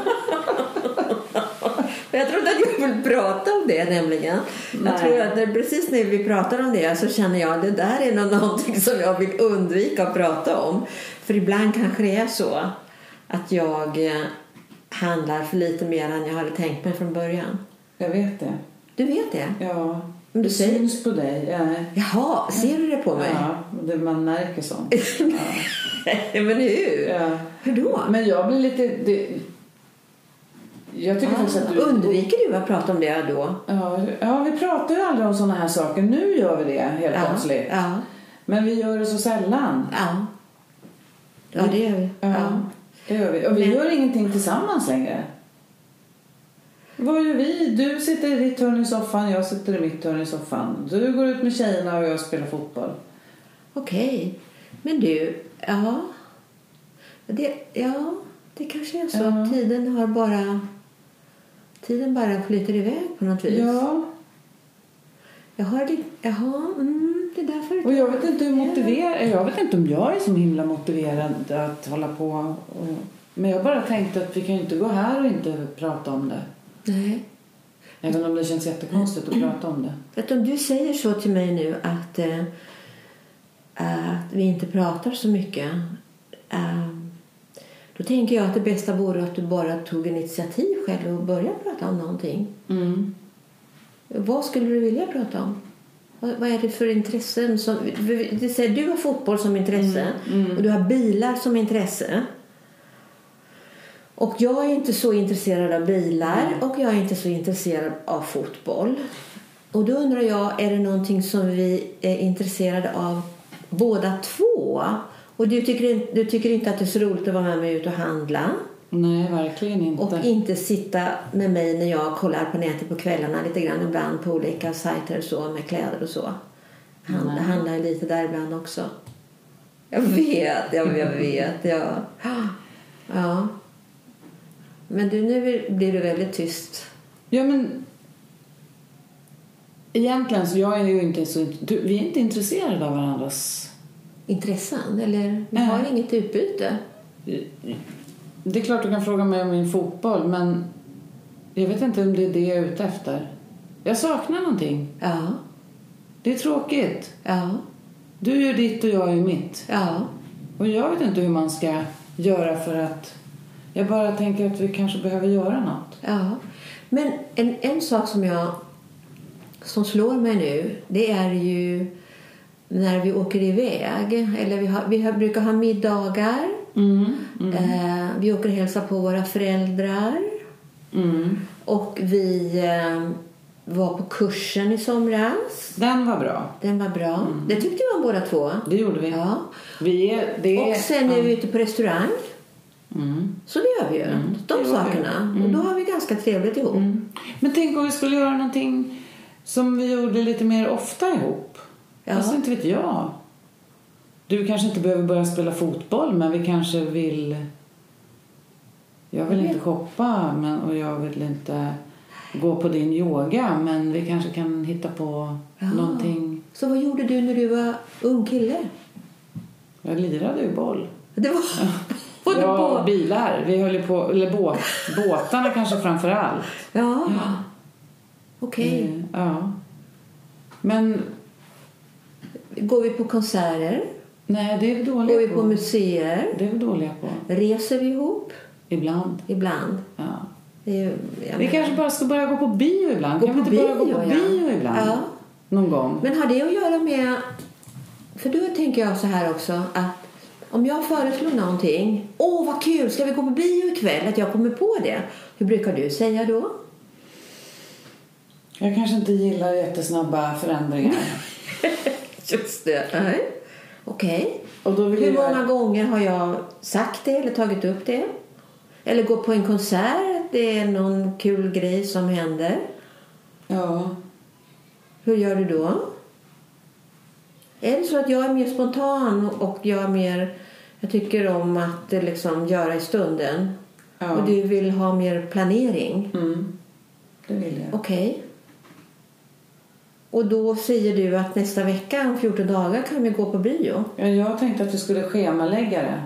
Jag tror inte att jag vill prata om det nämligen. Jag tror att precis när vi pratar om det så känner jag att det där är någonting som jag vill undvika att prata om. För ibland kanske det är så att jag handlar för lite mer än jag hade tänkt mig från början. Jag vet det. Du vet det? Ja. Det syns på dig. Ja. Jaha, ser du det på mig? Ja, man märker sånt. Men hur? Ja. Hur då? Men jag blir lite... Jag tycker faktiskt att du... Undviker du att prata om det då? Ja, vi pratar ju aldrig om såna här saker. Nu gör vi det helt plötsligt. Ja. Men vi gör det så sällan. Ja, det gör vi. Ja, det gör vi. Och vi gör ingenting tillsammans längre. Vad gör vi? Du sitter i ditt hörn i soffan, jag sitter i mitt hörn i soffan. Du går ut med tjejerna och jag spelar fotboll. Okej. Men du, det kanske är så att tiden bara flyter iväg på något vis. Ja. Jag har det. Det är därför. Och jag vet inte hur motiverad. Jag vet inte om jag är så himla motiverad att hålla på. Men jag bara tänkte att vi kan ju inte gå här och inte prata om det. Nej. Även om det känns jättekonstigt att prata om det. Att om du säger så till mig nu att vi inte pratar så mycket. Då tänker jag att det bästa vore att du bara tog initiativ själv och började prata om någonting. Vad skulle du vilja prata om? Vad är det för intressen? Du har fotboll som intresse och du har bilar som intresse. Och jag är inte så intresserad av bilar och jag är inte så intresserad av fotboll. Och då undrar jag, är det någonting som vi är intresserade av båda två? Och du tycker inte att det är så roligt att vara med mig ut och handla? Nej, verkligen inte. Och inte sitta med mig när jag kollar på nätet på kvällarna lite grann ibland på olika sajter så med kläder och så. Handlar lite där ibland också. Jag vet. Ja. Men nu blir du väldigt tyst. Ja, men egentligen så jag är ju inte så... Vi är inte intresserade av varandras... intressen, eller vi har inget utbyte. Det är klart du kan fråga mig om min fotboll, men jag vet inte om det är det jag är ute efter. Jag saknar någonting. Ja. Det är tråkigt. Ja. Du gör ditt och jag gör mitt. Ja. Och jag vet inte hur man ska göra för att... Jag bara tänker att vi kanske behöver göra något. Ja. Men en sak som slår mig nu, det är ju när vi åker iväg. Eller vi brukar ha middagar. Vi åker och hälsar på våra föräldrar. Och vi var på kursen i somras. Den var bra. Det tyckte vi om båda två. Det gjorde vi. Ja. Och sen är vi ute på restaurang. Så det gör vi ju. De sakerna. Och då har vi ganska trevligt ihop. Men tänk om vi skulle göra någonting som vi gjorde lite mer ofta ihop. Ja. Alltså inte vet jag. Du kanske inte behöver börja spela fotboll, men vi kanske vill... Jag vill inte shoppa, och jag vill inte gå på din yoga, men vi kanske kan hitta på någonting. Så vad gjorde du när du var ung kille? Jag lirade ju boll. Det var... Ja, bilar. Vi höll på... Eller båtarna kanske framför allt. Ja. Okej. Ja. Men... Går vi på konserter? Nej, det är vi dåliga på. Går vi på museer? Det är vi dåliga på. Reser vi ihop? Ibland. Ja. Vi kanske bara ska börja gå på bio ibland. Kan vi inte bara gå på bio ibland? Ja. Någon gång. Men har det att göra med... För då tänker jag så här också att om jag föreslår någonting, vad kul, ska vi gå på bio ikväll? Att jag kommer på det. Hur brukar du säga då? Jag kanske inte gillar jättesnabba förändringar. Just det. Nej. Okej. Hur många gånger har jag sagt det eller tagit upp det? Eller gå på en konsert, det är någon kul grej som händer. Ja. Hur gör du då? Är det så att jag är mer spontan och jag tycker om att liksom göra i stunden? Ja. Och du vill ha mer planering? Det vill jag. Okej. Och då säger du att nästa vecka, om 14 dagar, kan vi gå på bio? Ja, jag tänkte att vi skulle schemalägga det.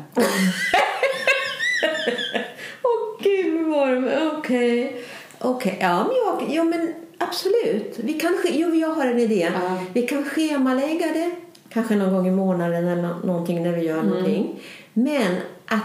Okej. Ja, men absolut. Jag har en idé. Vi kan schemalägga det. Kanske någon gång i månaden eller någonting när vi gör någonting. Men att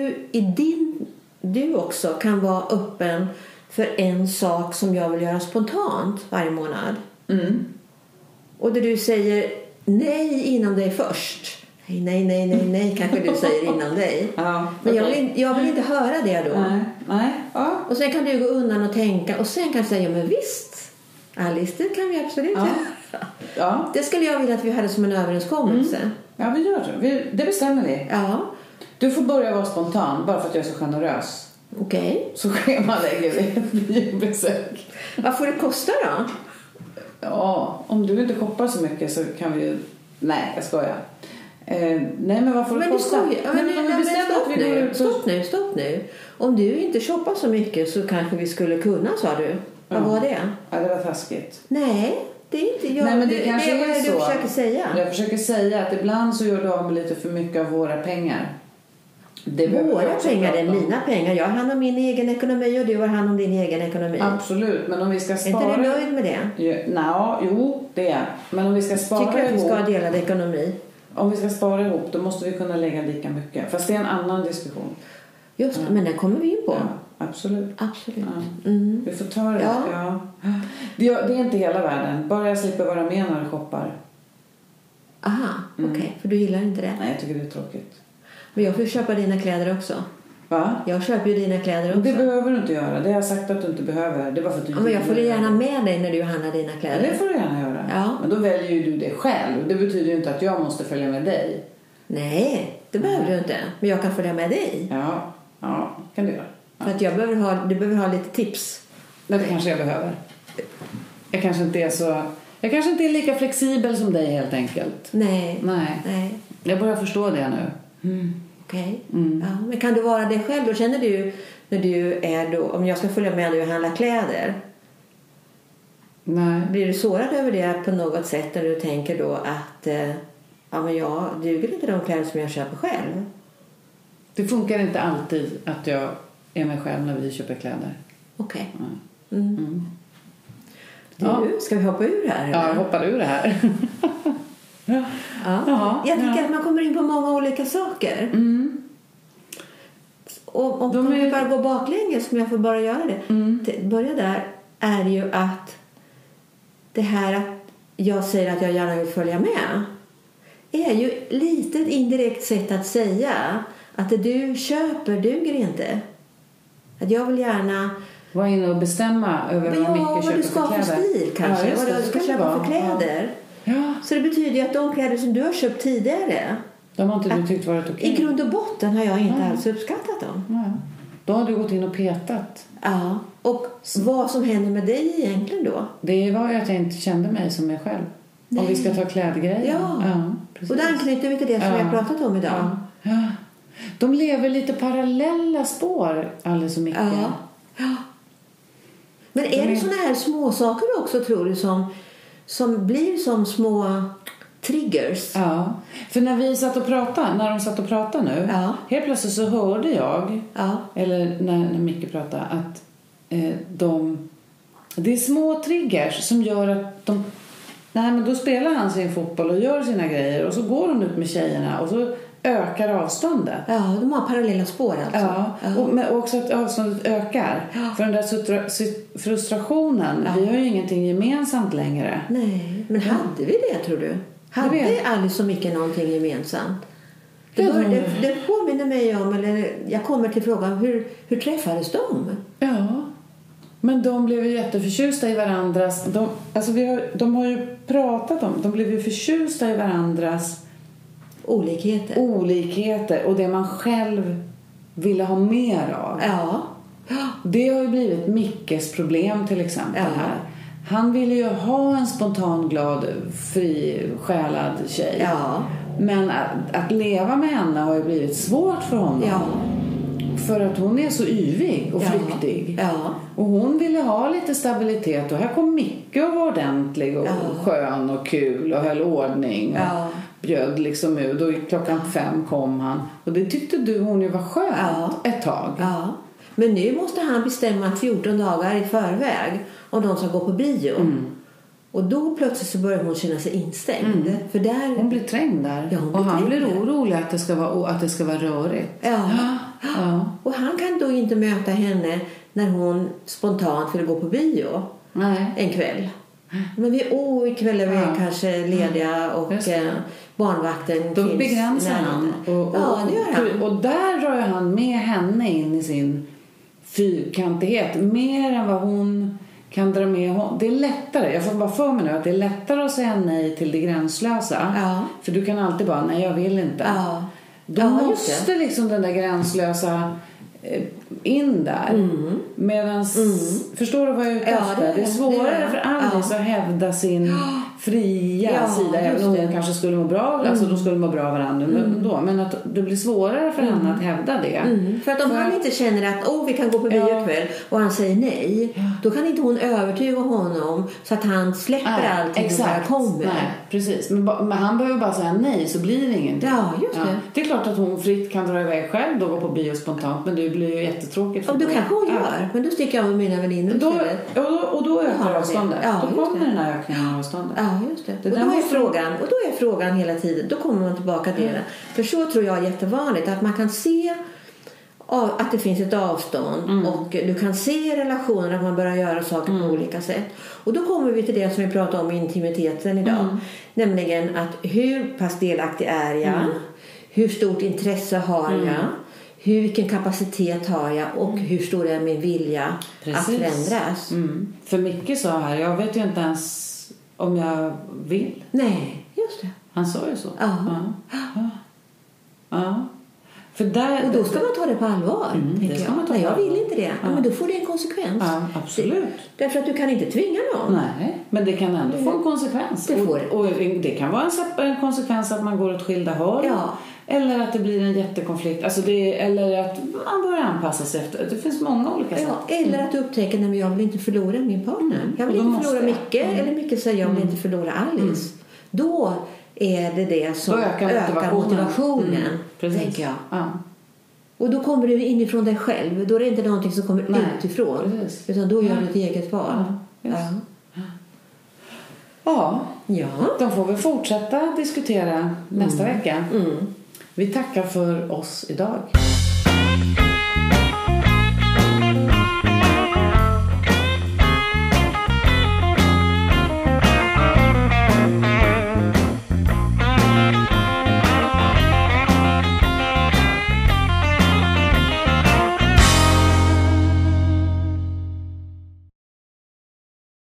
du också kan vara öppen för en sak som jag vill göra spontant varje månad. Och där du säger nej innan dig först. Nej, kanske du säger innan dig. Ja, men jag vill inte höra det då. Nej. Ja. Och sen kan du gå undan och tänka. Och sen kan du säga, men visst, Alice, det kan vi absolut göra. Ja. Det skulle jag vilja att vi hade som en överenskommelse. Ja, vi gör det. Det bestämmer vi. Ja. Du får börja vara spontan, bara för att jag är så generös. Okej. Så schemalägger vi ett biobesök. Vad får det kosta då? Ja, om du inte shoppar så mycket så kan vi ju... Nej, jag skojar. Nej, men vad får det kosta? Stopp nu. Om du inte shoppar så mycket så kanske vi skulle kunna, sa du. Vad var det? Ja, det var taskigt. Nej, det är inte jag. Nej, men det kanske är vad så. Du försöker säga. Jag försöker säga att ibland så gör du av med lite för mycket av våra pengar. Våra pengar, det är mina pengar. Jag har hand om min egen ekonomi och du har hand om din egen ekonomi. Absolut, men om vi ska spara... Är inte du nöjd med det? Jo, det är. Men om vi ska spara tycker att vi ska ha delad ekonomi? Om vi ska spara ihop, då måste vi kunna lägga lika mycket. Fast det är en annan diskussion. Just det, men den kommer vi in på. Ja, absolut. Ja. Vi får ta det. Ja. Det är inte hela världen. Bara jag slipper vara med när du shoppar. Aha, okej. För du gillar inte det? Nej, jag tycker det är tråkigt. Men jag får köpa dina kläder också. Va? Jag köper ju dina kläder också. Det behöver du inte göra. Det har jag sagt att du inte behöver. Det var för att du men jag får gärna med dig när du handlar dina kläder. Ja, det får du gärna göra. Ja. Men då väljer ju du det själv. Det betyder ju inte att jag måste följa med dig. Nej, det behöver du inte. Men jag kan följa med dig. Ja, kan du göra. Ja. För att du behöver ha lite tips. Det kanske jag behöver. Jag kanske inte är lika flexibel som dig helt enkelt. Nej. Jag börjar förstå det nu. Okej. Ja, men kan du vara det själv? Då känner du när du är då, om jag ska följa med dig och handla kläder. Nej. Blir du sårad över det på något sätt när du tänker då att men jag duger inte de kläder som jag köper själv? Det funkar inte alltid att jag är mig själv när vi köper kläder. Okej. Ska vi hoppa ur här? Eller? Ja, jag hoppar ur det här. Jag tycker att man kommer in på många olika saker. Och om vi bara går baklänges, som jag får bara göra det. Börja där är ju att det här att jag säger att jag gärna vill följa med är ju lite ett indirekt sätt att säga att det du köper duger inte. Att jag vill gärna vara inne och bestämma över vad mycket köper du ska för stil kanske. Vad du ska köpa för kläder. Ja. Så det betyder ju att de kläder som du har köpt tidigare, de har inte du tyckt varit okej. I grund och botten har jag inte alls uppskattat dem. Ja. Då har du gått in och petat. Ja. Och vad som händer med dig egentligen då? Det var ju att jag inte kände mig som mig själv. Nej. Om vi ska ta klädgrejer. Ja, och där anknyter vi till det som vi har pratat om idag. Ja. De lever lite parallella spår alldeles så mycket. Ja. Men är det såna här små saker också, tror du, som blir som små triggers? Ja, för när de satt och pratade nu, helt plötsligt så hörde jag, eller när Micke pratade, att det är små triggers som gör att men då spelar han sin fotboll och gör sina grejer och så går de ut med tjejerna och så ökar avståndet. Ja, de har parallella spår alltså. Ja. Och också att avståndet ökar. För den där frustrationen, vi har ju ingenting gemensamt längre. Nej, men hade vi det tror du? Hade Alice och Micke någonting gemensamt? Det påminner mig om, eller jag kommer till frågan, hur träffades de? Ja, men de blev ju jätteförtjusta i varandras. De har ju pratat om, de blev ju förtjusta i varandras olikheter och det man själv ville ha mer av. Ja. Det har ju blivit Mickes problem till exempel här. Han ville ju ha en spontan, glad, fri, själad tjej. Ja. Men att leva med henne har ju blivit svårt för honom. Ja. För att hon är så yvig och flyktig. Ja. Och hon ville ha lite stabilitet. Och här kom Micke och var ordentlig och skön och kul och höll ordning. Och bjöd liksom ut. Och klockan 5 kom han. Och det tyckte hon ju var skönt ett tag. Ja. Men nu måste han bestämma 14 dagar i förväg om de ska gå på bio. Och då plötsligt så börjar hon känna sig instängd. För där... Hon blir trängd där. Ja, och han blir orolig att det ska vara rörigt. Ja. Och han kan då inte möta henne när hon spontant vill gå på bio. Nej. En kväll. Men ikväll är vi kanske lediga och barnvakten då finns. Begränsar han. Det gör han. Och där drar han med henne in i sin fyrkantighet. Mer än vad hon kan dra med honom. Det är lättare. Jag får bara för mig nu att det är lättare att säga nej till det gränslösa. För du kan alltid bara, nej jag vill inte. Då måste liksom den där gränslösa in där. Medans, förstår du vad jag är ute efter? Det är svårare för Alice att hävda sin fria sida. Även om hon kanske skulle må bra. Alltså de skulle må bra varandra då. Men att det blir svårare för henne att hävda det. För att om han inte känner att vi kan gå på bio kväll och han säger nej. Då kan inte hon övertyga honom så att han släpper allting och bara kommer. Nej, precis. Men han behöver bara säga nej så blir det ingenting. Ja, just det. Det är klart att hon fritt kan dra iväg själv då gå på bio spontant. Men det blir ju jättetråkigt. Och då kanske hon gör. Men då sticker jag med mina väninnor istället. Och då ökar avståndet. Då kommer den här ökningen av avståndet. Ja, just det. Och då är frågan hela tiden. Då kommer man tillbaka till det. För så tror jag är jättevanligt. Att man kan se att det finns ett avstånd. Och du kan se relationer att man börjar göra saker på olika sätt. Och då kommer vi till det som vi pratade om i intimiteten idag. Nämligen att hur pass delaktig är jag? Hur stort intresse har jag? Vilken kapacitet har jag och hur stor är min vilja att förändras? För Micke sa här, jag vet ju inte ens om jag vill. Nej, just det. Han sa ju så. Ja. För där, och då ska man ta det på allvar. Det ska man ta. Nej, jag vill inte det. Men då får det en konsekvens. Ja, absolut. Därför att du kan inte tvinga någon. Nej, men det kan ändå få en konsekvens. Och det kan vara en konsekvens att man går åt skilda håll. Ja. Eller att det blir en jättekonflikt. Eller att man börjar anpassa sig efter. Det finns många olika sätt. Eller att du upptäcker att jag vill inte förlora min partner. Jag vill inte förlora Micke. Eller Micke säger jag vill inte förlora Alice. Då är det som ökar motivationen. Tänker jag. Ja. Och då kommer du inifrån dig själv. Då är det inte någonting som kommer utifrån. Precis. Utan då gör du ett eget val. Ja. De får vi fortsätta diskutera nästa vecka. Vi tackar för oss idag.